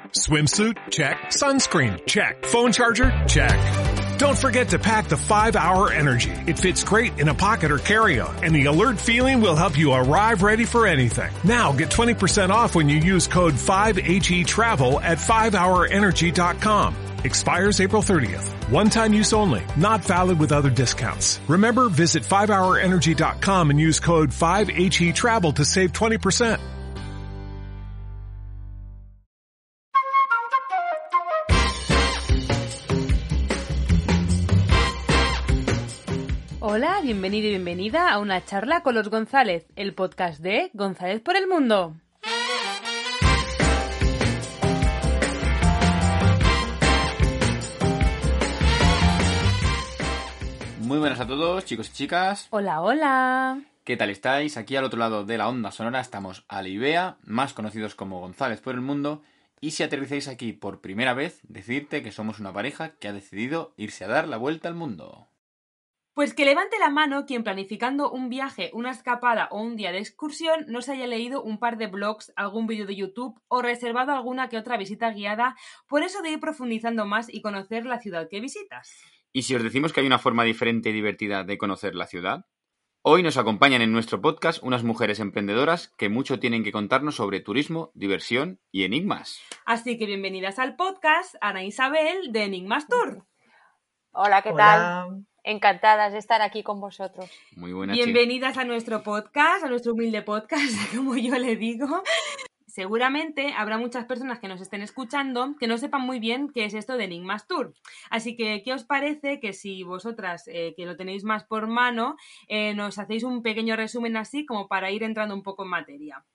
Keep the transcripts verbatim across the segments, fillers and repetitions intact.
Swimsuit? Check. Sunscreen? Check. Phone charger? Check. Don't forget to pack the five hour Energy. It fits great in a pocket or carry-on, and the alert feeling will help you arrive ready for anything. Now get twenty percent off when you use code five H E travel at five hour energy dot com. Expires April thirtieth. One-time use only. Not valid with other discounts. Remember, visit five hour energy dot com and use code five H E travel to save twenty percent. Hola, bienvenido y bienvenida a una charla con los González, el podcast de González por el Mundo. Muy buenas a todos, chicos y chicas. Hola, hola. ¿Qué tal estáis? Aquí al otro lado de la onda sonora estamos Alibea, más conocidos como González por el Mundo. Y si aterrizáis aquí por primera vez, decirte que somos una pareja que ha decidido irse a dar la vuelta al mundo. Pues que levante la mano quien planificando un viaje, una escapada o un día de excursión no se haya leído un par de blogs, algún vídeo de YouTube o reservado alguna que otra visita guiada, por eso de ir profundizando más y conocer la ciudad que visitas. ¿Y si os decimos que hay una forma diferente y divertida de conocer la ciudad? Hoy nos acompañan en nuestro podcast unas mujeres emprendedoras que mucho tienen que contarnos sobre turismo, diversión y enigmas. Así que bienvenidas al podcast, Ana Isabel de Enigmas Tour. Hola, ¿qué Hola. tal? Encantadas de estar aquí con vosotros. Muy buenas. Bienvenidas a nuestro podcast, a nuestro humilde podcast, como yo le digo. Seguramente habrá muchas personas que nos estén escuchando que no sepan muy bien qué es esto de Enigmas Tour. Así que, ¿qué os parece que si vosotras, eh, que lo tenéis más por mano, eh, nos hacéis un pequeño resumen así como para ir entrando un poco en materia?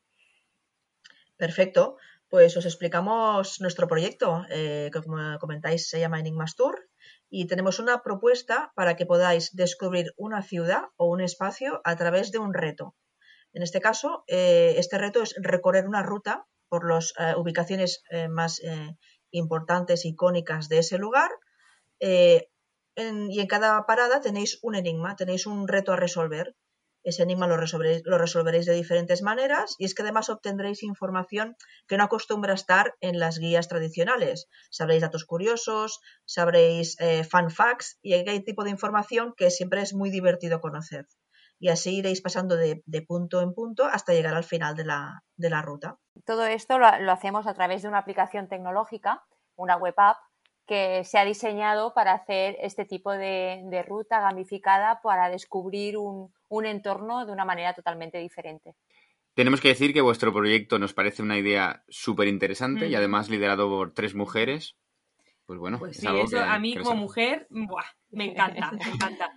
Perfecto, pues os explicamos nuestro proyecto, eh, que como comentáis se llama Enigmas Tour, y tenemos una propuesta para que podáis descubrir una ciudad o un espacio a través de un reto. En este caso, eh, este reto es recorrer una ruta por las eh, ubicaciones eh, más eh, importantes, icónicas de ese lugar, eh, en, y en cada parada tenéis un enigma, tenéis un reto a resolver. Ese enigma lo resolveréis, lo resolveréis de diferentes maneras, y es que además obtendréis información que no acostumbra a estar en las guías tradicionales. Sabréis datos curiosos, sabréis eh, fun facts, y hay tipo de información que siempre es muy divertido conocer. Y así iréis pasando de, de punto en punto hasta llegar al final de la, de la ruta. Todo esto lo, lo hacemos a través de una aplicación tecnológica, una web app, que se ha diseñado para hacer este tipo de, de ruta gamificada para descubrir un, un entorno de una manera totalmente diferente. Tenemos que decir que vuestro proyecto nos parece una idea súper interesante Mm. y además liderado por tres mujeres. Pues bueno, Pues es sí, algo eso que, a mí que como les- mujer, ¡buah! Me encanta, me encanta.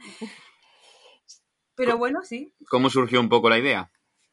Pero bueno, sí. ¿Cómo surgió un poco la idea?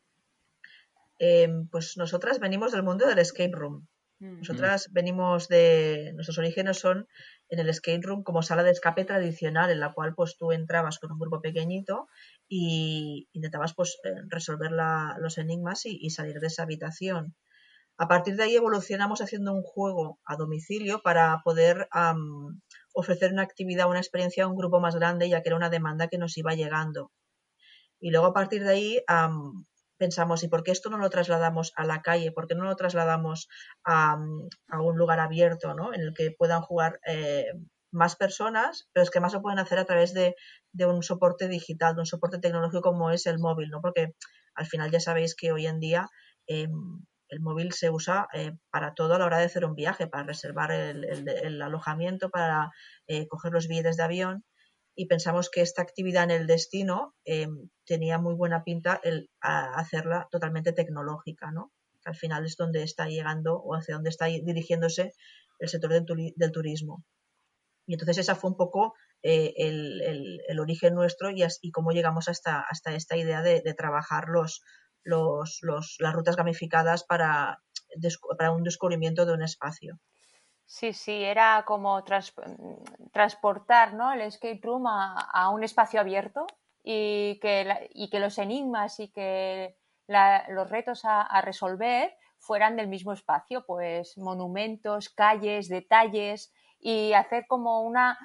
Eh, pues nosotras venimos del mundo del escape room. Mm. Nosotras venimos de... Nuestros orígenes son en el escape room como sala de escape tradicional, en la cual pues tú entrabas con un grupo pequeñito y intentabas pues eh, resolver la- los enigmas y, y salir de esa habitación. A partir de ahí evolucionamos haciendo un juego a domicilio para poder am, ofrecer una actividad, una experiencia a un grupo más grande, ya que era una demanda que nos iba llegando. Y luego a partir de ahí am, pensamos, ¿y por qué esto no lo trasladamos a la calle? ¿Por qué no lo trasladamos a, a un lugar abierto, ¿no? En el que puedan jugar eh, más personas, pero es que más lo pueden hacer a través de, de un soporte digital, de un soporte tecnológico como es el móvil, ¿no? Porque al final ya sabéis que hoy en día eh, el móvil se usa eh, para todo a la hora de hacer un viaje, para reservar el, el- el alojamiento, para eh, coger los billetes de avión. Y pensamos que esta actividad en el destino eh, tenía muy buena pinta el a- hacerla totalmente tecnológica, ¿no? Que al final es donde está llegando o hacia donde está dirigiéndose el sector del, turi- del turismo. Y entonces esa fue un poco eh, el, el- el origen nuestro y, as- y cómo llegamos hasta, hasta esta idea de, de trabajar los, los, los- las rutas gamificadas para, descu- para un descubrimiento de un espacio. Sí, sí, era como trans- transportar, ¿no?, el escape room a, a un espacio abierto y que, la- y que los enigmas y que la- los retos a, a resolver fueran del mismo espacio, pues monumentos, calles, detalles, y hacer como una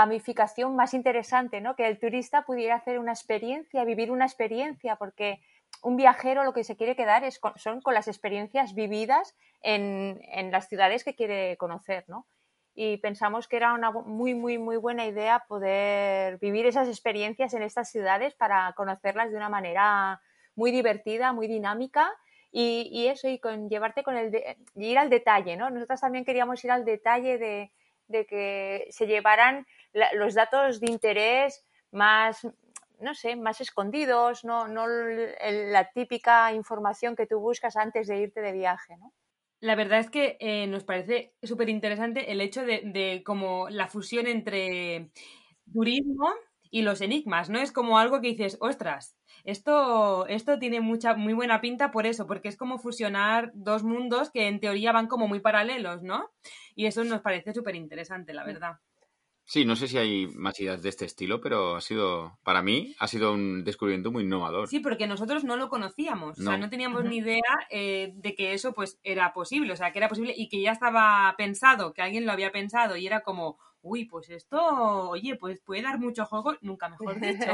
gamificación más interesante, ¿no?, que el turista pudiera hacer una experiencia, vivir una experiencia, porque un viajero lo que se quiere quedar es con, son con las experiencias vividas en, en las ciudades que quiere conocer, ¿no? Y pensamos que era una muy, muy, muy buena idea poder vivir esas experiencias en estas ciudades para conocerlas de una manera muy divertida, muy dinámica y, y eso, y con llevarte con el de, y ir al detalle, ¿no? Nosotros también queríamos ir al detalle de, de que se llevaran la, los datos de interés más, no sé, más escondidos, no, no el, la típica información que tú buscas antes de irte de viaje, ¿no? La verdad es que eh, nos parece súper interesante el hecho de, de como la fusión entre turismo y los enigmas, ¿no? Es como algo que dices, ostras, esto, esto tiene mucha, muy buena pinta por eso, porque es como fusionar dos mundos que en teoría van como muy paralelos, ¿no? Y eso nos parece súper interesante, la verdad. Sí, no sé si hay más ideas de este estilo, pero ha sido, para mí, ha sido un descubrimiento muy innovador. Sí, porque nosotros no lo conocíamos, no. O sea, no teníamos uh-huh. ni idea eh, de que eso pues era posible, o sea, que era posible y que ya estaba pensado, que alguien lo había pensado y era como, uy, pues esto, oye, pues puede dar mucho juego, nunca mejor dicho.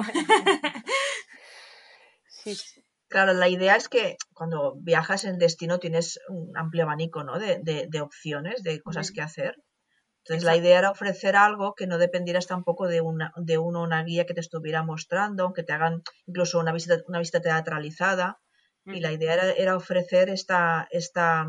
Sí. Claro, la idea es que cuando viajas en destino tienes un amplio abanico, ¿no? de, de, de opciones, de cosas uh-huh. que hacer. Entonces, Exacto. La idea era ofrecer algo que no dependieras tampoco de una, de uno, una guía que te estuviera mostrando, que te hagan incluso una visita, una visita teatralizada. Mm. Y la idea era, era ofrecer esta, esta,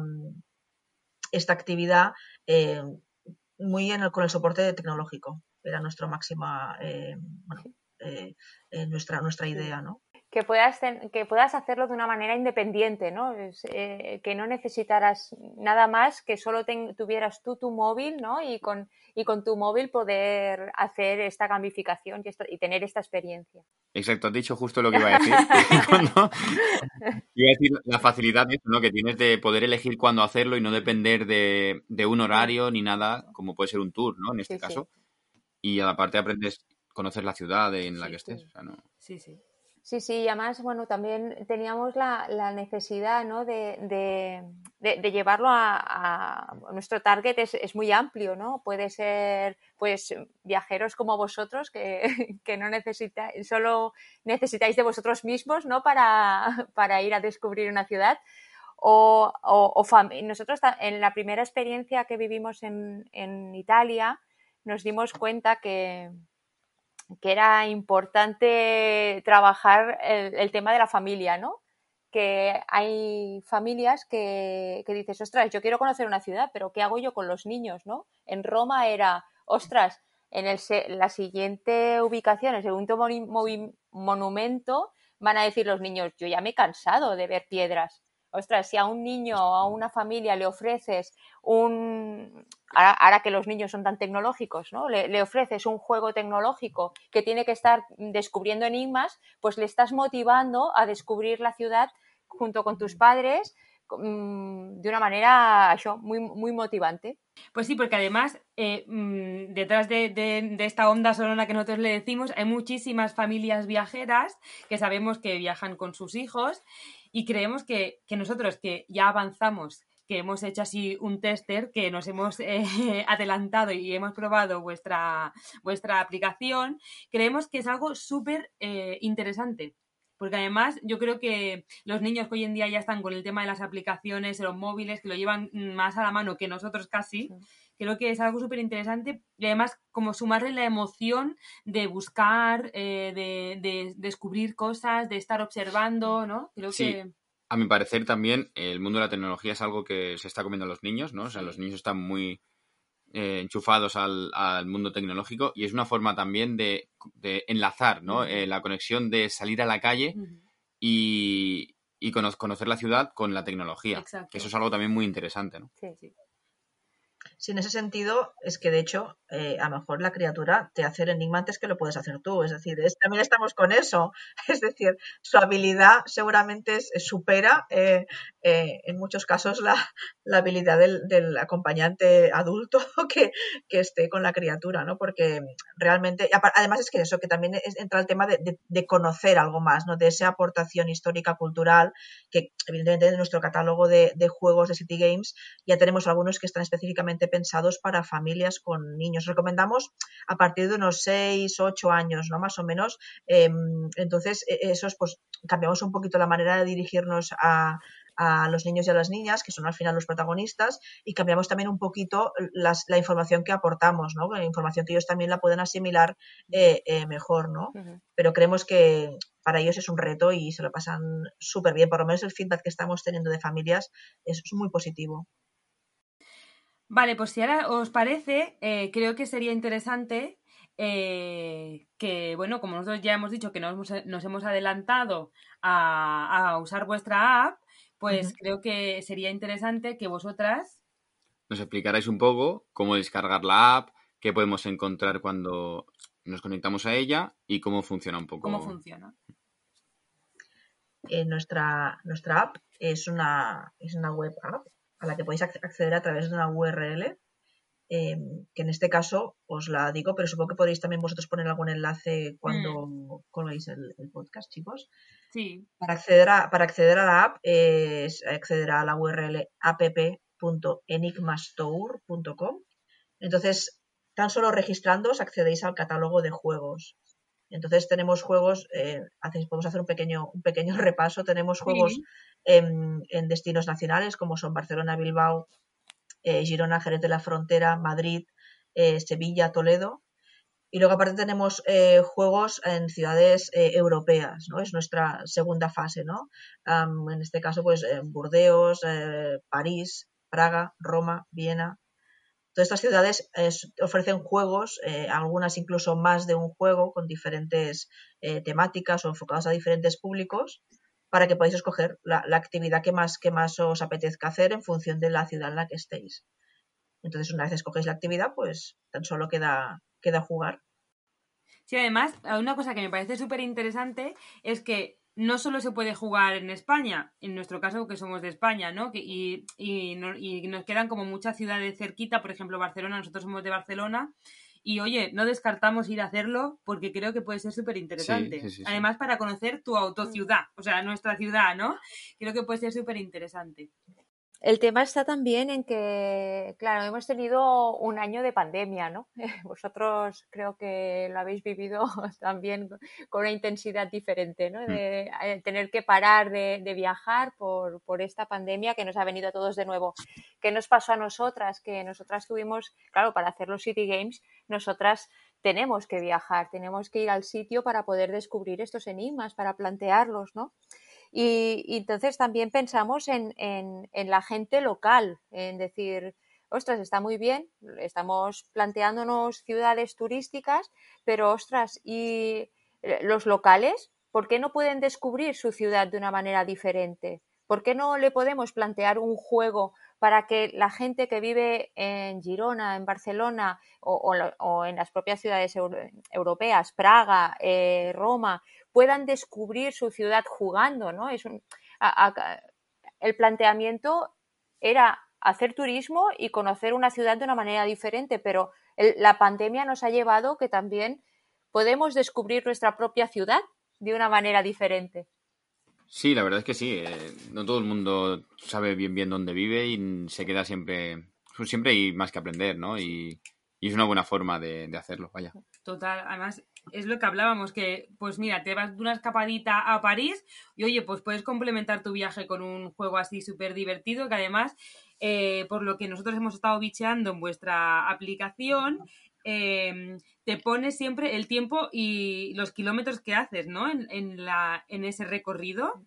esta actividad eh, muy en el, con el soporte tecnológico. Era nuestra máxima, eh, bueno, eh, eh, nuestra, nuestra idea, ¿no? Que puedas, que puedas hacerlo de una manera independiente, ¿no? Es, eh, que no necesitaras nada más, que solo ten, tuvieras tú tu móvil, ¿no? Y con, y con tu móvil poder hacer esta gamificación y, esto, y tener esta experiencia. Exacto, has dicho justo lo que iba a decir. Cuando, iba a decir la facilidad, ¿no? Que tienes de poder elegir cuándo hacerlo y no depender de, de un horario ni nada, como puede ser un tour, ¿no? En este sí, caso. Sí. Y aparte aprendes a conocer la ciudad en la sí, que estés. Sí. O sea, ¿no? Sí, sí. Sí, sí, y además, bueno, también teníamos la, la necesidad, ¿no? de, de, de, de llevarlo a, a... Nuestro target es, es muy amplio, ¿no? Puede ser, pues, viajeros como vosotros que, que no necesitáis, solo necesitáis de vosotros mismos, ¿no? Para, para ir a descubrir una ciudad. O, o, o fam- nosotros en la primera experiencia que vivimos en, en Italia nos dimos cuenta que que era importante trabajar el, el tema de la familia, ¿no? Que hay familias que, que dices, ostras, yo quiero conocer una ciudad, pero ¿qué hago yo con los niños, no? En Roma era, ostras, en el, la siguiente ubicación, el segundo mon, mon, monumento, van a decir los niños, yo ya me he cansado de ver piedras. Ostras, si a un niño o a una familia le ofreces un... Ahora, ahora que los niños son tan tecnológicos, ¿no? Le, le ofreces un juego tecnológico que tiene que estar descubriendo enigmas, pues le estás motivando a descubrir la ciudad junto con tus padres mmm, de una manera això, muy, muy motivante. Pues sí, porque además eh, mmm, detrás de, de, de esta onda sonora que nosotros le decimos hay muchísimas familias viajeras que sabemos que viajan con sus hijos y creemos que, que nosotros que ya avanzamos, que hemos hecho así un tester, que nos hemos eh, adelantado y hemos probado vuestra, vuestra aplicación, creemos que es algo súper eh, interesante. Porque además yo creo que los niños que hoy en día ya están con el tema de las aplicaciones, de los móviles, que lo llevan más a la mano que nosotros casi, sí. Creo que es algo súper interesante y además como sumarle la emoción de buscar, eh, de, de descubrir cosas, de estar observando, ¿no? Creo sí. que... A mi parecer también el mundo de la tecnología es algo que se está comiendo a los niños, ¿no? O sea, los niños están muy eh, enchufados al, al mundo tecnológico y es una forma también de, de enlazar, ¿no? Uh-huh. Eh, la conexión de salir a la calle uh-huh. y, y cono- conocer la ciudad con la tecnología. Exacto. Que eso es algo también muy interesante, ¿no? Sí, sí. Sí, en ese sentido es que de hecho eh, a lo mejor la criatura te hace el enigma antes que lo puedes hacer tú, es decir, es, también estamos con eso, es decir, su habilidad seguramente es, supera eh, eh, en muchos casos la, la habilidad del, del acompañante adulto que, que esté con la criatura, ¿no? Porque realmente, además es que eso, que también es, entra el tema de, de, de conocer algo más, ¿no? De esa aportación histórica, cultural, que evidentemente en nuestro catálogo de, de juegos de City Games ya tenemos algunos que están específicamente pensados para familias con niños. Recomendamos a partir de unos seis, ocho años, ¿no? Más o menos. Eh, entonces, esos, pues cambiamos un poquito la manera de dirigirnos a, a los niños y a las niñas, que son al final los protagonistas, y cambiamos también un poquito las, la información que aportamos, ¿no? La información que ellos también la pueden asimilar eh, eh, mejor, ¿no? Uh-huh. Pero creemos que para ellos es un reto y se lo pasan súper bien. Por lo menos el feedback que estamos teniendo de familias es muy positivo. Vale, pues si ahora os parece, eh, creo que sería interesante eh, que, bueno, como nosotros ya hemos dicho que nos, nos hemos adelantado a, a usar vuestra app, pues uh-huh. creo que sería interesante que vosotras nos explicarais un poco cómo descargar la app, qué podemos encontrar cuando nos conectamos a ella y cómo funciona un poco. ¿Cómo funciona? Eh, nuestra, nuestra app es una, es una web app a la que podéis acceder a través de una U R L, eh, que en este caso os la digo, pero supongo que podéis también vosotros poner algún enlace cuando mm. colguéis el, el podcast, chicos. Sí. Para acceder a, para acceder a la app eh, es acceder a la U R L app punto enigmastour punto com. Entonces, tan solo registrándoos accedéis al catálogo de juegos. Entonces tenemos juegos, eh, hacéis, podemos hacer un pequeño, un pequeño repaso, tenemos juegos sí. en, en destinos nacionales como son Barcelona, Bilbao, eh, Girona, Jerez de la Frontera, Madrid, eh, Sevilla, Toledo. Y luego aparte tenemos eh, juegos en ciudades eh, europeas, ¿no? Es nuestra segunda fase, ¿no? Um, en este caso, pues en Burdeos, eh, París, Praga, Roma, Viena. Todas estas ciudades eh, ofrecen juegos, eh, algunas incluso más de un juego con diferentes eh, temáticas o enfocados a diferentes públicos para que podáis escoger la, la actividad que más, que más os apetezca hacer en función de la ciudad en la que estéis. Entonces, una vez escogéis la actividad, pues tan solo queda, queda jugar. Sí, además, una cosa que me parece súper interesante es que no solo se puede jugar en España, en nuestro caso que somos de España, ¿no? Y, y, no, y nos quedan como muchas ciudades cerquita, por ejemplo Barcelona, nosotros somos de Barcelona, y oye, no descartamos ir a hacerlo porque creo que puede ser súper interesante. Sí, sí, sí, Además, sí. para conocer tu autociudad, o sea, nuestra ciudad, ¿no? Creo que puede ser súper interesante. El tema está también en que, claro, hemos tenido un año de pandemia, ¿no? Vosotros creo que lo habéis vivido también con una intensidad diferente, ¿no? De tener que parar de, de viajar por, por esta pandemia que nos ha venido a todos de nuevo. ¿Qué nos pasó a nosotras? Que nosotras tuvimos, claro, para hacer los City Games, nosotras tenemos que viajar, tenemos que ir al sitio para poder descubrir estos enigmas, para plantearlos, ¿no? Y, y entonces también pensamos en, en, en la gente local, en decir, ostras, está muy bien, estamos planteándonos ciudades turísticas, pero ostras, ¿y los locales? ¿Por qué no pueden descubrir su ciudad de una manera diferente? ¿Por qué no le podemos plantear un juego para que la gente que vive en Girona, en Barcelona o, o, o en las propias ciudades euro, europeas, Praga, eh, Roma, puedan descubrir su ciudad jugando, ¿no? Es un, a, a, el planteamiento era hacer turismo y conocer una ciudad de una manera diferente, pero el, la pandemia nos ha llevado que también podemos descubrir nuestra propia ciudad de una manera diferente. Sí, la verdad es que sí. Eh, no todo el mundo sabe bien bien dónde vive y se queda siempre... Siempre hay más que aprender, ¿no? Y, y es una buena forma de, de hacerlo, vaya. Total, además es lo que hablábamos, que pues mira, te vas de una escapadita a París y oye, pues puedes complementar tu viaje con un juego así súper divertido que además, eh, por lo que nosotros hemos estado bicheando en vuestra aplicación, eh, te pone siempre el tiempo y los kilómetros que haces, ¿no? En, en, la, en ese recorrido.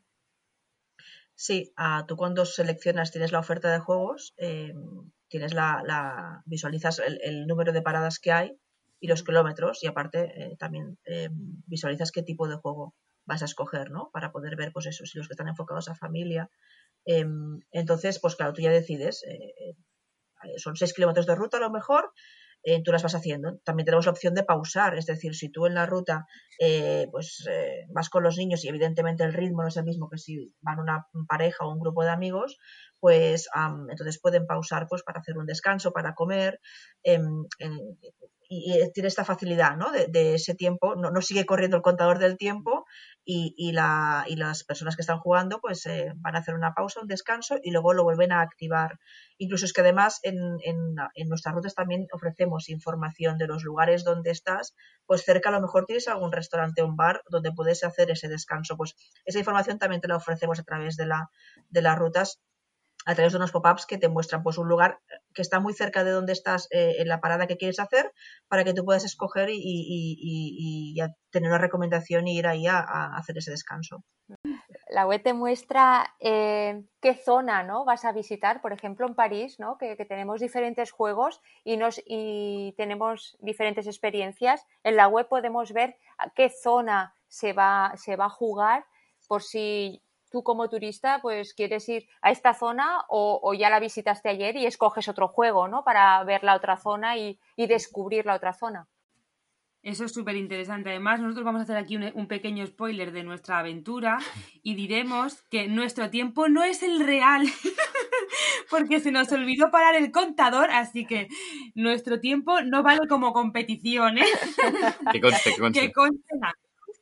Sí, uh, tú cuando seleccionas, tienes la oferta de juegos, eh, tienes la, la visualizas el, el número de paradas que hay y los kilómetros, y aparte eh, también eh, visualizas qué tipo de juego vas a escoger, ¿no? Para poder ver, pues eso, si los que están enfocados a familia. Eh, entonces, pues claro, tú ya decides, eh, son seis kilómetros de ruta a lo mejor, eh, tú las vas haciendo. También tenemos la opción de pausar, es decir, si tú en la ruta eh, pues eh, vas con los niños y evidentemente el ritmo no es el mismo que si van una pareja o un grupo de amigos, pues um, entonces pueden pausar pues para hacer un descanso, para comer. Eh, eh, y, y tiene esta facilidad, ¿no? de, de ese tiempo, no, no sigue corriendo el contador del tiempo y, y, la, y las personas que están jugando pues eh, van a hacer una pausa, un descanso y luego lo vuelven a activar. Incluso es que además en, en, en nuestras rutas también ofrecemos información de los lugares donde estás, pues cerca a lo mejor tienes algún restaurante o un bar donde puedes hacer ese descanso, pues esa información también te la ofrecemos a través de, la, de las rutas, a través de unos pop-ups que te muestran pues un lugar que está muy cerca de donde estás eh, en la parada que quieres hacer para que tú puedas escoger y, y, y, y tener una recomendación y ir ahí a, a hacer ese descanso. La web te muestra eh, qué zona, ¿no?, vas a visitar. Por ejemplo, en París, ¿no?, que, que tenemos diferentes juegos y, nos, y tenemos diferentes experiencias. En la web podemos ver a qué zona se va, se va a jugar, por si tú como turista pues quieres ir a esta zona o, o ya la visitaste ayer y escoges otro juego, ¿no?, para ver la otra zona y, y descubrir la otra zona. Eso es súper interesante. Además, nosotros vamos a hacer aquí un, un pequeño spoiler de nuestra aventura y diremos que nuestro tiempo no es el real porque se nos olvidó parar el contador, así que nuestro tiempo no vale como competición, ¿eh? Que conste, que conste. Que conste nada.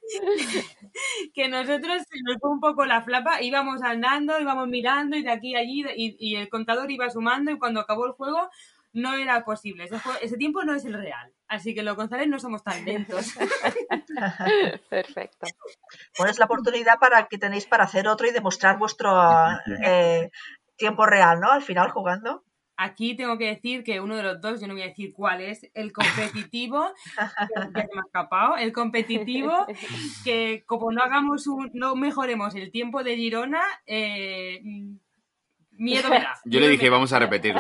Que nosotros se nos fue un poco la flapa, íbamos andando, íbamos mirando y de aquí a allí y, y el contador iba sumando y cuando acabó el juego no era posible, ese, juego, ese tiempo no es el real, así que los González no somos tan lentos. Perfecto. Bueno, es la oportunidad para que tenéis para hacer otro y demostrar vuestro eh, tiempo real, ¿no? Al final jugando. Aquí tengo que decir que uno de los dos, yo no voy a decir cuál es, el competitivo, que ya se me ha escapado, el competitivo, que como no hagamos un, no mejoremos el tiempo de Girona, eh, miedo me da. Yo le dije, vamos a repetirlo.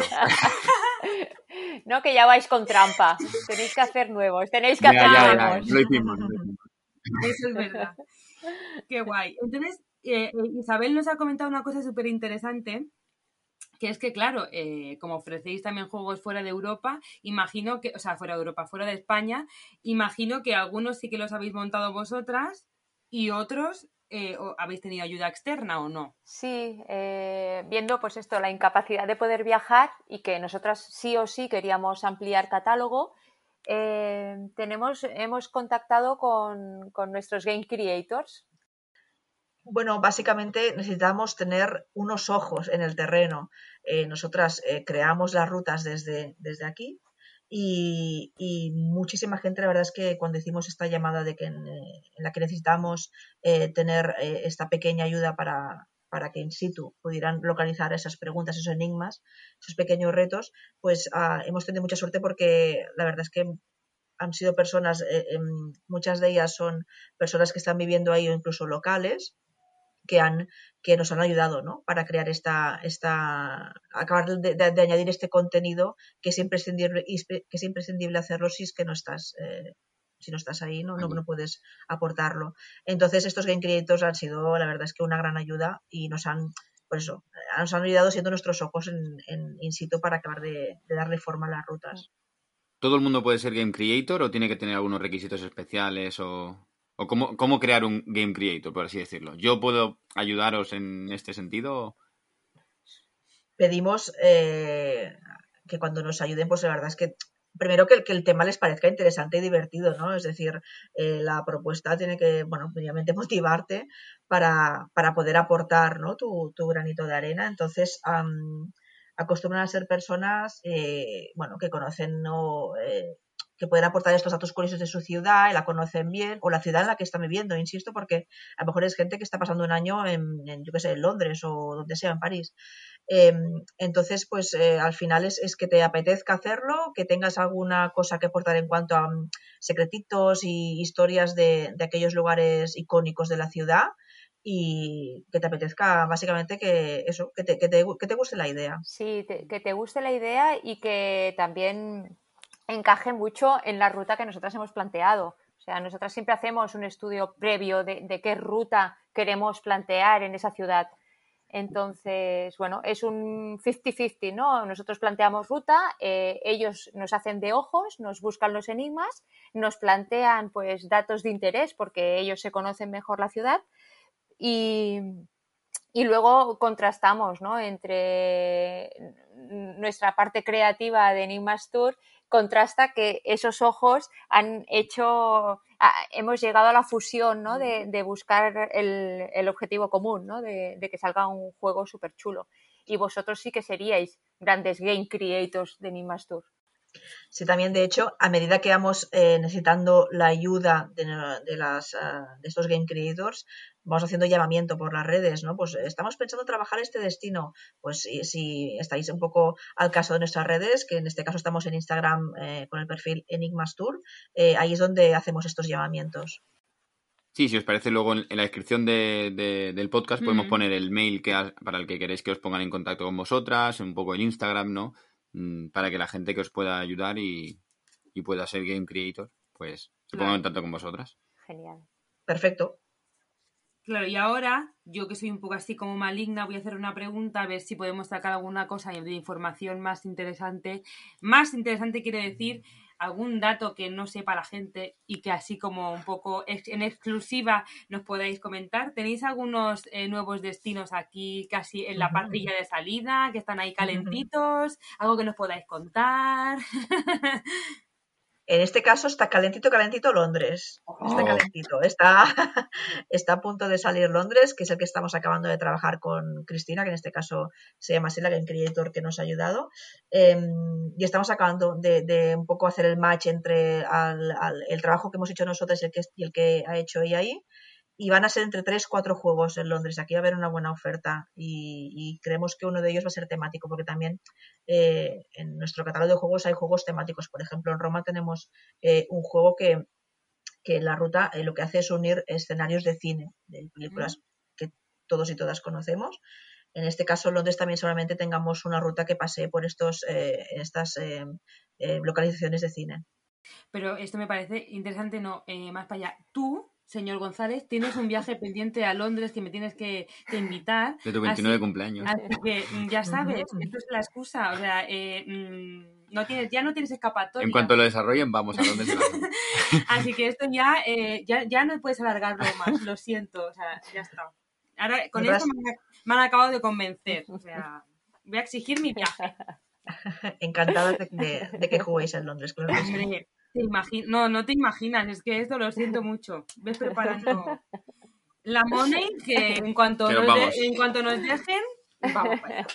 No, que ya vais con trampa. Tenéis que hacer nuevos, tenéis que Ya, hacer ya, ya, nuevos. lo hicimos, lo hicimos. Eso es verdad. Qué guay. Entonces, eh, Isabel nos ha comentado una cosa súper interesante, que es que, claro, eh, como ofrecéis también juegos fuera de Europa, imagino que, o sea, fuera de Europa, fuera de España, imagino que algunos sí que los habéis montado vosotras y otros eh, habéis tenido ayuda externa o no. Sí, eh, viendo pues esto, la incapacidad de poder viajar y que nosotras sí o sí queríamos ampliar catálogo, eh, tenemos, hemos contactado con, con nuestros game creators. Bueno, básicamente necesitamos tener unos ojos en el terreno. Eh, nosotras eh, creamos las rutas desde, desde aquí y, y muchísima gente, la verdad es que cuando hicimos esta llamada de que en, en la que necesitamos eh, tener eh, esta pequeña ayuda para, para que in situ pudieran localizar esas preguntas, esos enigmas, esos pequeños retos, pues ah, hemos tenido mucha suerte porque la verdad es que han sido personas, eh, eh, muchas de ellas son personas que están viviendo ahí o incluso locales, que han que nos han ayudado, ¿no?, para crear esta esta acabar de, de, de añadir este contenido que es imprescindible que es imprescindible hacerlo si es que no estás eh, si no estás ahí no, no no puedes aportarlo. Entonces estos game creators han sido, la verdad es que una gran ayuda y nos han pues eso, nos han ayudado siendo nuestros ojos en, en in situ para acabar de, de darle forma a las rutas. ¿Todo el mundo puede ser game creator o tiene que tener algunos requisitos especiales o...? ¿O cómo, cómo crear un game creator, por así decirlo? ¿Yo puedo ayudaros en este sentido? Pedimos eh, que cuando nos ayuden, pues la verdad es que primero que el, que el tema les parezca interesante y divertido, ¿no? Es decir, eh, la propuesta tiene que, bueno, obviamente motivarte para, para poder aportar, ¿no?, tu, tu granito de arena. Entonces, um, acostumbran a ser personas, eh, bueno, que conocen, ¿no?, eh, que pueden aportar estos datos curiosos de su ciudad y la conocen bien, o la ciudad en la que están viviendo, insisto, porque a lo mejor es gente que está pasando un año en, en yo qué sé, en Londres o donde sea, en París. Eh, entonces, pues eh, al final es, es que te apetezca hacerlo, que tengas alguna cosa que aportar en cuanto a um, secretitos y historias de, de aquellos lugares icónicos de la ciudad y que te apetezca básicamente que eso, que te, que te, que te guste la idea. Sí, te, que te guste la idea y que también encaje mucho en la ruta que nosotras hemos planteado. O sea, nosotras siempre hacemos un estudio previo de, de qué ruta queremos plantear en esa ciudad. Entonces, bueno, es un cincuenta cincuenta, ¿no? Nosotros planteamos ruta, eh, ellos nos hacen de ojos, nos buscan los enigmas, nos plantean pues datos de interés porque ellos se conocen mejor la ciudad y, y luego contrastamos, ¿no? Entre nuestra parte creativa de Enigmas Tour, contrasta que esos ojos han hecho, a, hemos llegado a la fusión, ¿no? De, de buscar el, el objetivo común, ¿no? De, de que salga un juego súper chulo. Y vosotros sí que seríais grandes game creators de Enigmas Tour. Sí, también de hecho, a medida que vamos eh, necesitando la ayuda de, de, las, uh, de estos game creators, vamos haciendo llamamiento por las redes, ¿no? Pues estamos pensando trabajar este destino. Pues si, si estáis un poco al caso de nuestras redes, que en este caso estamos en Instagram eh, con el perfil Enigmas Tour, eh, ahí es donde hacemos estos llamamientos. Sí, si os parece, luego en, en la descripción de, de, del podcast mm. podemos poner el mail que ha, para el que queréis que os pongan en contacto con vosotras, un poco el Instagram, ¿no? Para que la gente que os pueda ayudar y, y pueda ser game creator, pues se ponga en contacto con vosotras. Genial. Perfecto. Claro, y ahora, yo que soy un poco así como maligna, voy a hacer una pregunta a ver si podemos sacar alguna cosa de información más interesante. Más interesante quiere decir algún dato que no sepa la gente y que así como un poco en exclusiva nos podáis comentar. ¿Tenéis algunos eh, nuevos destinos aquí casi en la uh-huh. parrilla de salida, que están ahí calentitos? Uh-huh. ¿Algo que nos podáis contar? En este caso está calentito, calentito Londres. Oh. Está calentito. Está, está a punto de salir Londres, que es el que estamos acabando de trabajar con Cristina, que en este caso se llama así, la Game Creator que nos ha ayudado. Eh, y estamos acabando de, de un poco hacer el match entre al, al, el trabajo que hemos hecho nosotros y el que, y el que ha hecho ella ahí. Y van a ser entre tres, cuatro juegos en Londres. Aquí va a haber una buena oferta y, y creemos que uno de ellos va a ser temático, porque también eh, en nuestro catálogo de juegos hay juegos temáticos. Por ejemplo, en Roma tenemos eh, un juego que, que la ruta eh, lo que hace es unir escenarios de cine, de películas mm. que todos y todas conocemos. En este caso, en Londres también solamente tengamos una ruta que pase por estos, eh, estas eh, eh, localizaciones de cine. Pero esto me parece interesante, no, eh, más para allá. Tú, señor González, tienes un viaje pendiente a Londres que me tienes que, que invitar. De tu veintinueve así, cumpleaños. Así que ya sabes, esto es la excusa. O sea, eh, no tienes, ya no tienes escapatoria. En cuanto lo desarrollen, vamos a Londres. Así que esto ya, eh, ya, ya no puedes alargarlo más, lo siento. O sea, ya está. Ahora, con esto me, me han acabado de convencer. O sea, voy a exigir mi viaje. Encantada de, de, de que juguéis en Londres, claro que sí. Te imagi- no, no te imaginas, es que esto lo siento mucho. Ves preparando la money que en cuanto, que nos, nos de- en cuanto nos dejen, vamos para allá.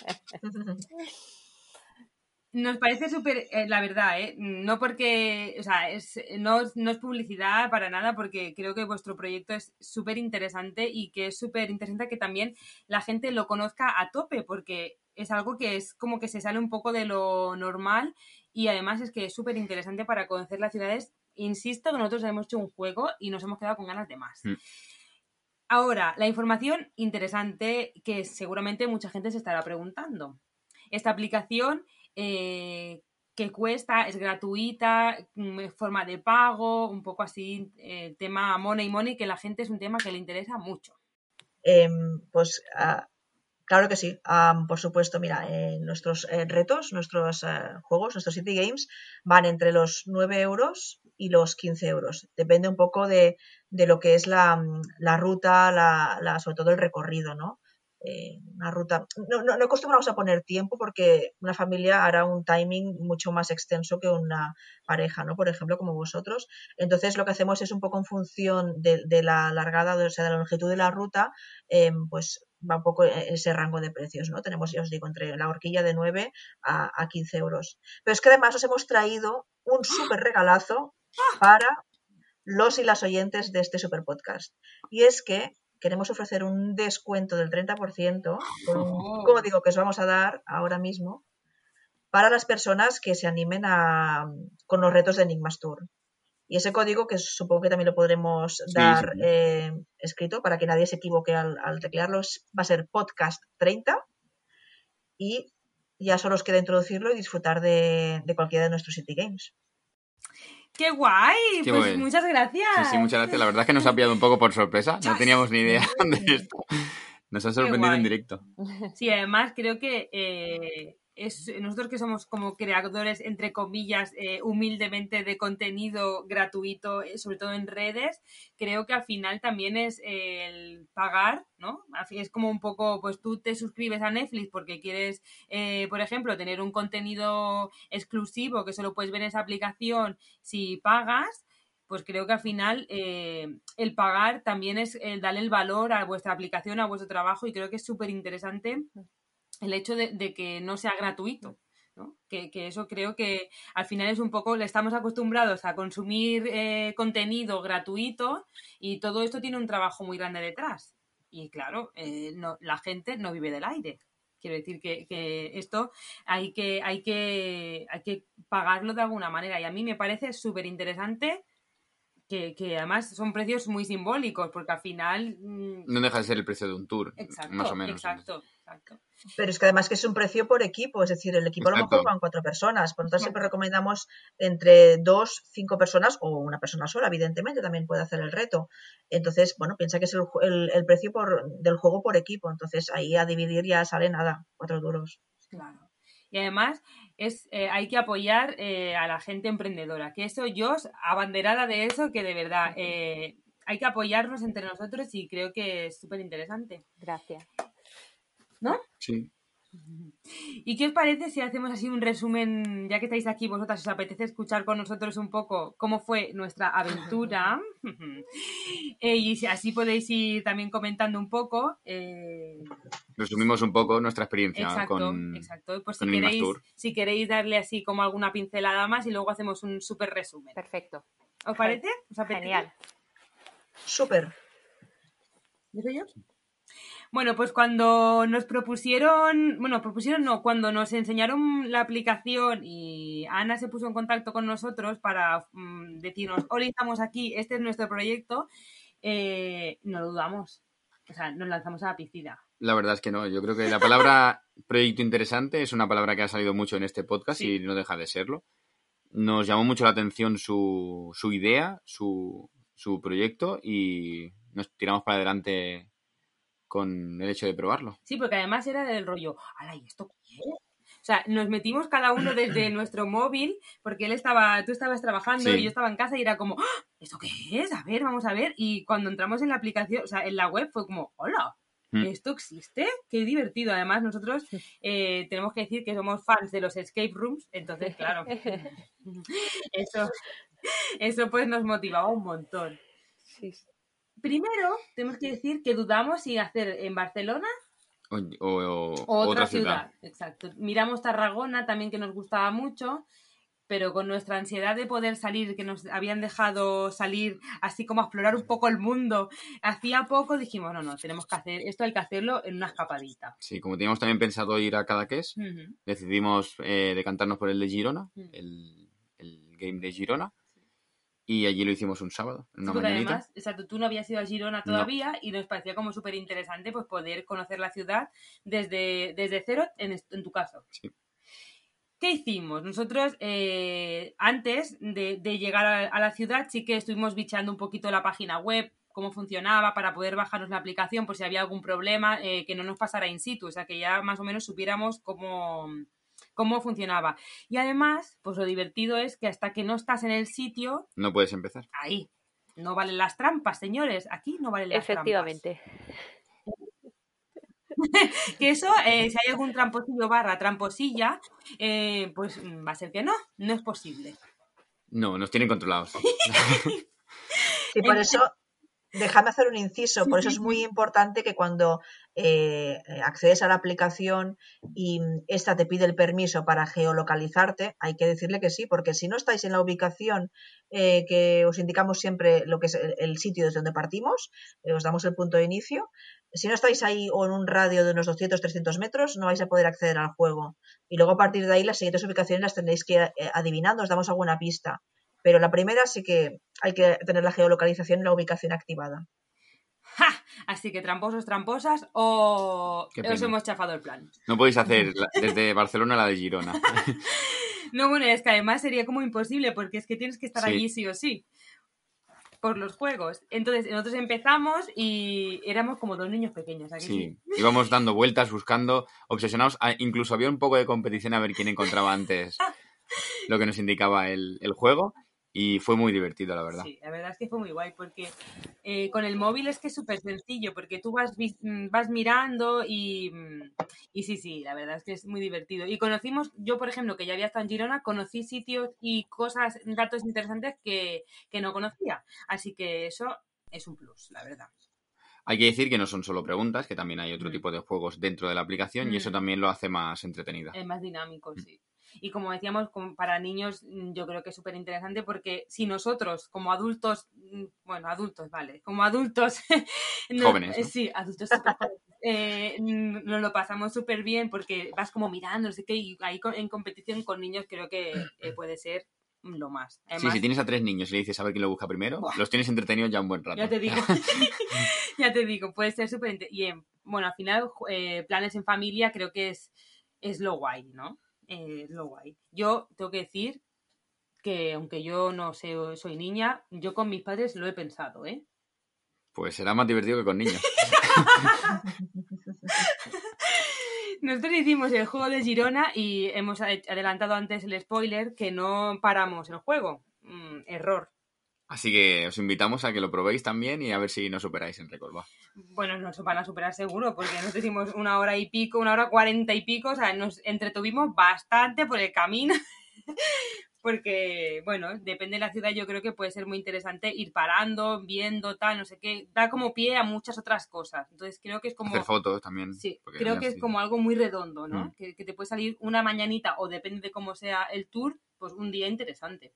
Nos parece súper, eh, la verdad, ¿eh? No porque, o sea, es, no, no es publicidad para nada, porque creo que vuestro proyecto es súper interesante y que es súper interesante que también la gente lo conozca a tope, porque es algo que es como que se sale un poco de lo normal y además es que es súper interesante para conocer las ciudades. Insisto que nosotros hemos hecho un juego y nos hemos quedado con ganas de más. Mm. Ahora, la información interesante que seguramente mucha gente se estará preguntando. Esta aplicación... Eh, que cuesta, es gratuita, forma de pago, un poco así, eh, tema money money, que la gente es un tema que le interesa mucho. Eh, pues uh, claro que sí, um, por supuesto, mira, eh, nuestros eh, retos, nuestros eh, juegos, nuestros City Games van entre los nueve euros y los quince euros, depende un poco de, de lo que es la, la ruta, la, la, sobre todo el recorrido, ¿no? Eh, una ruta, no, no, no acostumbramos a poner tiempo porque una familia hará un timing mucho más extenso que una pareja, ¿no? Por ejemplo, como vosotros. Entonces lo que hacemos es un poco en función de, de la largada, o sea, de la longitud de la ruta, eh, pues va un poco ese rango de precios, ¿no? Tenemos, ya os digo, entre la horquilla de nueve a, a quince euros. Pero es que además os hemos traído un súper regalazo para los y las oyentes de este super podcast. Y es que queremos ofrecer un descuento del treinta por ciento con un código que os vamos a dar ahora mismo para las personas que se animen a, con los retos de Enigmas Tour. Y ese código, que supongo que también lo podremos dar sí, sí. Eh, escrito para que nadie se equivoque al, al teclearlo, va a ser podcast treinta y ya solo os queda introducirlo y disfrutar de, de cualquiera de nuestros City Games. ¡Qué guay! Qué pues bueno. Muchas gracias. Sí, sí, muchas gracias. La verdad es que nos ha pillado un poco por sorpresa. No teníamos ni idea de esto. Nos ha sorprendido en directo. Sí, además creo que eh, es, nosotros que somos como creadores, entre comillas, eh, humildemente de contenido gratuito, eh, sobre todo en redes, creo que al final también es el pagar, ¿no? Es como un poco, pues tú te suscribes a Netflix porque quieres, eh, por ejemplo, tener un contenido exclusivo que solo puedes ver en esa aplicación si pagas. Pues creo que al final eh, el pagar también es el darle el valor a vuestra aplicación, a vuestro trabajo, y creo que es súper interesante el hecho de, de que no sea gratuito, ¿no? Que, que eso creo que al final es un poco, le estamos acostumbrados a consumir eh, contenido gratuito y todo esto tiene un trabajo muy grande detrás. Y claro, eh, no, la gente no vive del aire. Quiero decir que, que esto hay que, hay, que, hay que pagarlo de alguna manera, y a mí me parece súper interesante. Que, que además son precios muy simbólicos, porque al final... Mmm... No deja de ser el precio de un tour, exacto, más o menos. Exacto, exacto. Pero es que además que es un precio por equipo, es decir, el equipo exacto. A lo mejor van cuatro personas, por lo tanto siempre recomendamos entre dos, cinco personas o una persona sola, evidentemente, también puede hacer el reto. Entonces, bueno, piensa que es el, el, el precio por, del juego por equipo, entonces ahí a dividir ya sale nada, cuatro duros. Claro. Y además es eh, hay que apoyar eh, a la gente emprendedora, que eso yo abanderada de eso, que de verdad eh, hay que apoyarnos entre nosotros, y creo que es súper interesante. Gracias. ¿No? Sí. ¿Y qué os parece si hacemos así un resumen, ya que estáis aquí vosotras, os apetece escuchar con nosotros un poco cómo fue nuestra aventura? eh, y así podéis ir también comentando un poco. Eh... Resumimos un poco nuestra experiencia exacto, con exacto. Pues con si queréis, si queréis darle así como alguna pincelada más y luego hacemos un súper resumen. Perfecto. ¿Os parece? ¿Os apetece? Genial. Súper. ¿Digo yo? Bueno, pues cuando nos propusieron, bueno, propusieron no, cuando nos enseñaron la aplicación y Ana se puso en contacto con nosotros para mmm, decirnos, hola, estamos aquí, este es nuestro proyecto, eh, no lo dudamos, o sea, nos lanzamos a la piscina. La verdad es que no, yo creo que la palabra proyecto interesante es una palabra que ha salido mucho en este podcast, sí. Y no deja de serlo. Nos llamó mucho la atención su, su idea, su, su proyecto, y nos tiramos para adelante con el hecho de probarlo. Sí, porque además era del rollo, ala, ¿y esto qué es? O sea, nos metimos cada uno desde nuestro móvil, porque él estaba, tú estabas trabajando, sí. Y yo estaba en casa, y era como, ¡ah! ¿Esto qué es? A ver, vamos a ver. Y cuando entramos en la aplicación, o sea, en la web, fue como, hola, ¿esto existe? Qué divertido. Además, nosotros eh, tenemos que decir que somos fans de los escape rooms, entonces, claro, eso, eso pues nos motivaba un montón. Sí. Primero, tenemos que decir que dudamos si hacer en Barcelona o, o, o otra, otra ciudad. ciudad. Exacto. Miramos Tarragona también, que nos gustaba mucho, pero con nuestra ansiedad de poder salir, que nos habían dejado salir así como a explorar un poco el mundo, hacía poco dijimos, no, no, tenemos que hacer, esto hay que hacerlo en una escapadita. Sí, como teníamos también pensado ir a Cadaqués, uh-huh. decidimos eh, decantarnos por el de Girona, uh-huh. el, el game de Girona. Y allí lo hicimos un sábado, en una sí, mañanita. Además, exacto, tú no habías ido a Girona todavía, no. Y nos parecía como súper interesante pues poder conocer la ciudad desde, desde cero en, en tu caso. Sí. ¿Qué hicimos? Nosotros, eh, antes de, de llegar a, a la ciudad, sí que estuvimos bicheando un poquito la página web, cómo funcionaba, para poder bajarnos la aplicación por si había algún problema, eh, que no nos pasara in situ, o sea, que ya más o menos supiéramos cómo... cómo funcionaba. Y además, pues lo divertido es que hasta que no estás en el sitio... No puedes empezar. Ahí. No valen las trampas, señores. Aquí no valen las Efectivamente. trampas. Que eso, eh, si hay algún tramposillo barra tramposilla, eh, pues va a ser que no. No es posible. No, nos tienen controlados. Sí, por eso... Déjame hacer un inciso, por eso es muy importante que cuando eh, accedes a la aplicación y esta te pide el permiso para geolocalizarte, hay que decirle que sí, porque si no estáis en la ubicación eh, que os indicamos siempre lo que es el, el sitio desde donde partimos, eh, os damos el punto de inicio, si no estáis ahí o en un radio de unos doscientos, trescientos metros, no vais a poder acceder al juego. Y luego a partir de ahí las siguientes ubicaciones las tendréis que ir eh, adivinando, os damos alguna pista. Pero la primera sí que hay que tener la geolocalización y la ubicación activada. ¡Ja! Así que tramposos, tramposas, o os hemos chafado el plan. No podéis hacer la, desde Barcelona a la de Girona. No, bueno, es que además sería como imposible, porque es que tienes que estar sí. allí sí o sí. por los juegos. Entonces nosotros empezamos y éramos como dos niños pequeños. ¿Aquí? Sí, íbamos dando vueltas, buscando, obsesionados. Ah, incluso había un poco de competición a ver quién encontraba antes lo que nos indicaba el, el juego. Y fue muy divertido, la verdad. Sí, la verdad es que fue muy guay, porque eh, con el móvil es que es súper sencillo, porque tú vas, vas mirando y, y sí, sí, la verdad es que es muy divertido. Y conocimos, yo por ejemplo, que ya había estado en Girona, conocí sitios y cosas, datos interesantes que, que no conocía. Así que eso es un plus, la verdad. Hay que decir que no son solo preguntas, que también hay otro Mm. tipo de juegos dentro de la aplicación mm. y eso también lo hace más entretenida. Es más dinámico, mm. sí. Y como decíamos, como para niños yo creo que es súper interesante porque si nosotros como adultos, bueno, adultos, vale, como adultos... no, jóvenes, ¿no? Sí, adultos súper jóvenes. Eh, nos lo pasamos súper bien porque vas como mirando, no sé qué, y ahí en competición con niños creo que eh, puede ser lo más. Además, sí, si tienes a tres niños y le dices a ver quién lo busca primero, ¡buah! Los tienes entretenidos ya un buen rato. Ya te digo, ya te digo, puede ser súper... Int- y en, bueno, al final, eh, planes en familia creo que es, es lo guay, ¿no? Eh, es lo guay. Yo tengo que decir que aunque yo no sé, soy niña, yo con mis padres lo he pensado, ¿eh? Pues será más divertido que con niños. Nosotros hicimos el juego de Girona y hemos adelantado antes el spoiler que no paramos el juego. Mm, error. Así que os invitamos a que lo probéis también y a ver si nos superáis en Recolva. Bueno, nos van a superar seguro, porque nos hicimos una hora y pico, una hora cuarenta y pico, o sea, nos entretuvimos bastante por el camino. Porque, bueno, depende de la ciudad, yo creo que puede ser muy interesante ir parando, viendo, tal, no sé qué, da como pie a muchas otras cosas. Entonces creo que es como... Hacer fotos también. Sí, creo que es como algo muy redondo, ¿no? Mm. Que, que te puede salir una mañanita, o depende de cómo sea el tour, pues un día interesante.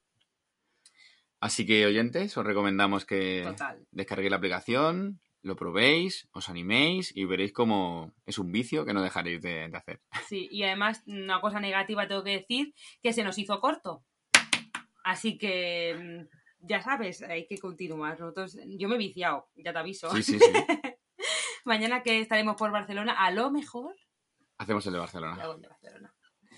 Así que, oyentes, os recomendamos que Total. descarguéis la aplicación, lo probéis, os animéis y veréis cómo es un vicio que no dejaréis de, de hacer. Sí, y además, una cosa negativa tengo que decir, que se nos hizo corto. Así que, ya sabes, hay que continuar. Nosotros, yo me he viciado, ya te aviso. Sí, sí, sí. Mañana que estaremos por Barcelona, a lo mejor... Hacemos el de Barcelona. Hago el de Barcelona.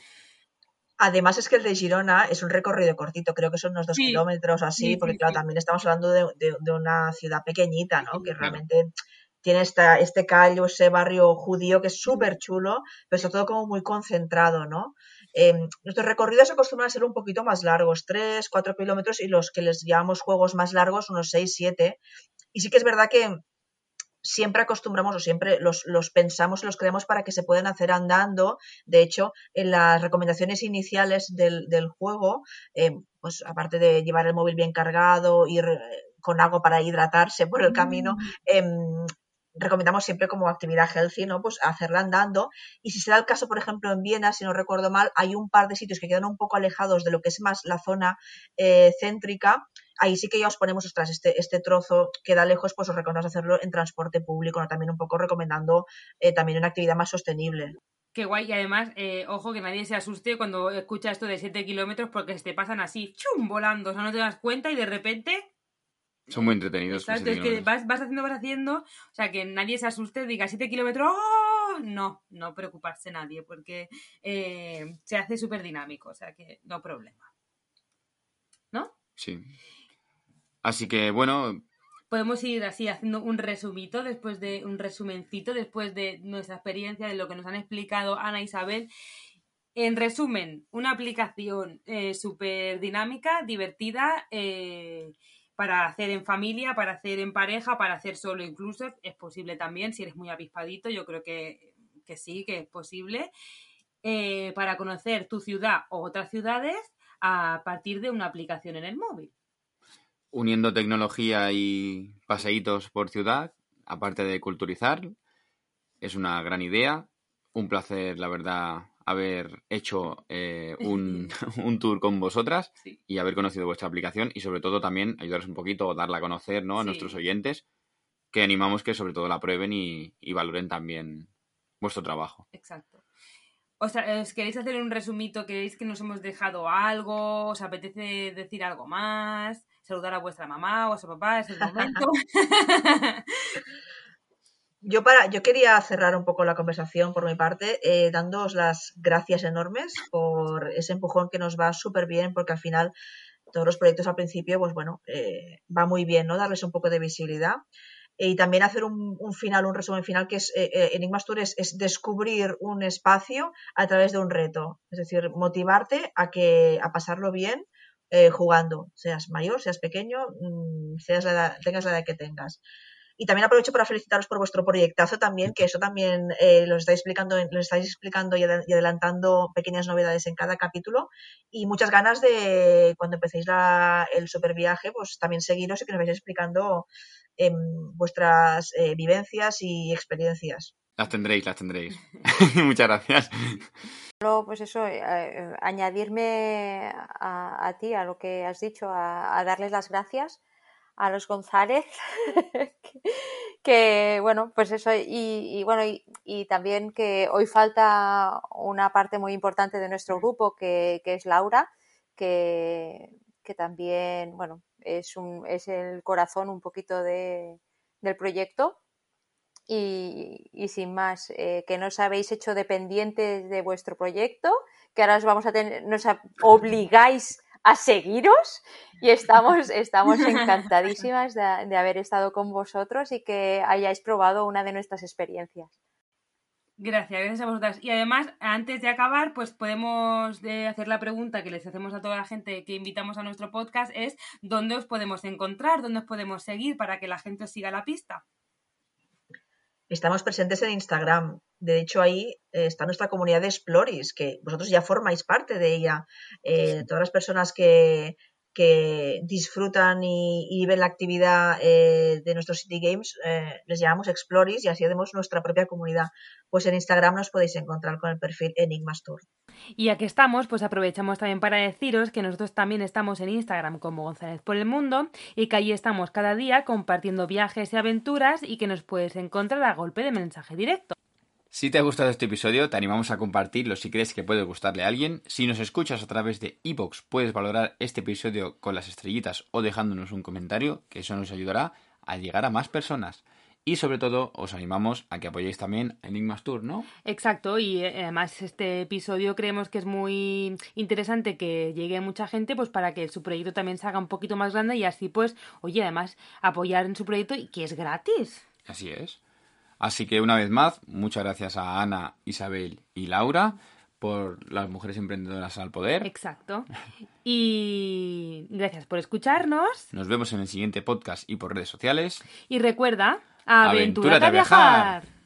Además es que el de Girona es un recorrido cortito, creo que son unos dos sí, kilómetros o así, sí, porque sí, claro, sí. también estamos hablando de, de, de una ciudad pequeñita, ¿no? Sí, que claro. realmente tiene esta, este callo, ese barrio judío que es súper chulo, pero está todo como muy concentrado, ¿no? Eh, nuestros recorridos acostumbran a ser un poquito más largos, tres, cuatro kilómetros, y los que les llamamos juegos más largos, unos seis, siete. Y sí que es verdad que siempre acostumbramos o siempre los, los pensamos y los creamos para que se puedan hacer andando. De hecho, en las recomendaciones iniciales del, del juego, eh, pues aparte de llevar el móvil bien cargado, ir con agua para hidratarse por el camino, eh, recomendamos siempre como actividad healthy, ¿no? Pues hacerla andando. Y si se da el caso, por ejemplo, en Viena, si no recuerdo mal, hay un par de sitios que quedan un poco alejados de lo que es más la zona eh, céntrica. Ahí sí que ya os ponemos, ostras, este, este trozo queda lejos, pues os recomendamos hacerlo en transporte público, ¿no? También un poco recomendando eh, también una actividad más sostenible. Qué guay, y además, eh, ojo, que nadie se asuste cuando escucha esto de siete kilómetros porque se te pasan así, chum, volando, o sea, no te das cuenta y de repente... Son muy entretenidos. Exacto, es que vas, vas haciendo, vas haciendo, o sea, que nadie se asuste, diga siete kilómetros, ¡oh! No, no preocuparse nadie, porque eh, se hace súper dinámico, o sea, que no problema. ¿No? Sí. Así que, bueno... Podemos ir así haciendo un resumito, después de un resumencito, después de nuestra experiencia, de lo que nos han explicado Ana e Isabel. En resumen, una aplicación eh, súper dinámica, divertida, eh, para hacer en familia, para hacer en pareja, para hacer solo incluso, es posible también, si eres muy avispadito, yo creo que, que sí, que es posible, eh, para conocer tu ciudad o otras ciudades a partir de una aplicación en el móvil. Uniendo tecnología y paseitos por ciudad, aparte de culturizar, es una gran idea, un placer, la verdad, haber hecho eh, un, un tour con vosotras sí. y haber conocido vuestra aplicación y sobre todo también ayudaros un poquito o darla a conocer, ¿no? a sí. nuestros oyentes, que animamos que sobre todo la prueben y, y valoren también vuestro trabajo. Exacto. O sea, ¿os queréis hacer un resumito? ¿Queréis que nos hemos dejado algo? ¿Os apetece decir algo más? ¿Saludar a vuestra mamá o a su papá? ¿Es el momento? Yo, para, yo quería cerrar un poco la conversación por mi parte, eh, dándoos las gracias enormes por ese empujón que nos va súper bien, porque al final todos los proyectos al principio, pues bueno, eh, va muy bien, ¿no? Darles un poco de visibilidad. Y también hacer un, un final, un resumen final, que es eh, Enigmas Tour es, es descubrir un espacio a través de un reto. Es decir, motivarte a que a pasarlo bien eh, jugando, seas mayor, seas pequeño, mmm, seas la edad, tengas la edad que tengas. Y también aprovecho para felicitaros por vuestro proyectazo también, que eso también eh, lo estáis explicando, lo estáis explicando y adelantando pequeñas novedades en cada capítulo. Y muchas ganas de, cuando empecéis la, el super viaje, pues también seguiros y que nos vais explicando eh, vuestras eh, vivencias y experiencias. Las tendréis, las tendréis. Muchas gracias. Solo, pues eso, eh, añadirme a, a ti, a lo que has dicho, a, a darles las gracias a los González, que, que bueno, pues eso, y, y bueno, y, y también que hoy falta una parte muy importante de nuestro grupo, que, que es Laura, que, que también, bueno, es, un, es el corazón un poquito de, del proyecto. Y, y sin más, eh, que nos habéis hecho dependientes de vuestro proyecto, que ahora os vamos a tener, nos obligáis a seguiros, y estamos, estamos encantadísimas de, de haber estado con vosotros y que hayáis probado una de nuestras experiencias. Gracias, gracias a vosotras. Y además, antes de acabar, pues podemos de hacer la pregunta que les hacemos a toda la gente que invitamos a nuestro podcast, es ¿dónde os podemos encontrar? ¿Dónde os podemos seguir para que la gente os siga la pista? Estamos presentes en Instagram. De hecho, ahí eh, está nuestra comunidad de Exploris, que vosotros ya formáis parte de ella. Eh, todas las personas que, que disfrutan y, y viven la actividad eh, de nuestros City Games, eh, les llamamos Exploris y así hacemos nuestra propia comunidad. Pues en Instagram nos podéis encontrar con el perfil Enigmas Tour. Y ya que estamos, pues aprovechamos también para deciros que nosotros también estamos en Instagram como González por el Mundo y que allí estamos cada día compartiendo viajes y aventuras y que nos puedes encontrar a golpe de mensaje directo. Si te ha gustado este episodio, te animamos a compartirlo si crees que puede gustarle a alguien. Si nos escuchas a través de iVoox, puedes valorar este episodio con las estrellitas o dejándonos un comentario, que eso nos ayudará a llegar a más personas. Y sobre todo, os animamos a que apoyéis también a Enigmas Tour, ¿no? Exacto, y eh, además este episodio creemos que es muy interesante que llegue a mucha gente, pues para que su proyecto también se haga un poquito más grande y así pues, oye, además apoyar en su proyecto y que es gratis. Así es. Así que una vez más, muchas gracias a Ana, Isabel y Laura por las mujeres emprendedoras al poder. Exacto. Y gracias por escucharnos. Nos vemos en el siguiente podcast y por redes sociales. Y recuerda, aventúrate a viajar. viajar.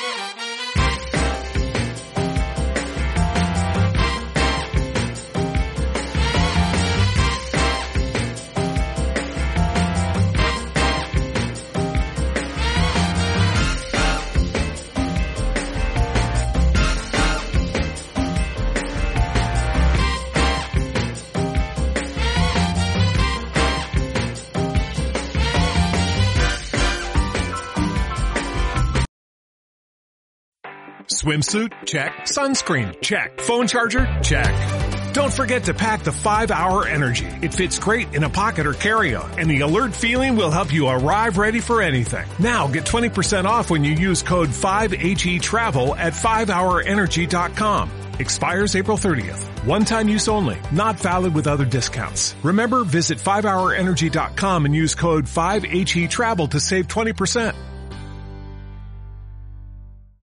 Swimsuit? Check. Sunscreen? Check. Phone charger? Check. Don't forget to pack the five hour Energy. It fits great in a pocket or carry-on, and the alert feeling will help you arrive ready for anything. Now get twenty percent off when you use code five H E travel at five hour energy dot com. Expires April thirtieth. One-time use only. Not valid with other discounts. Remember, visit five hour energy dot com and use code five H E travel to save twenty percent.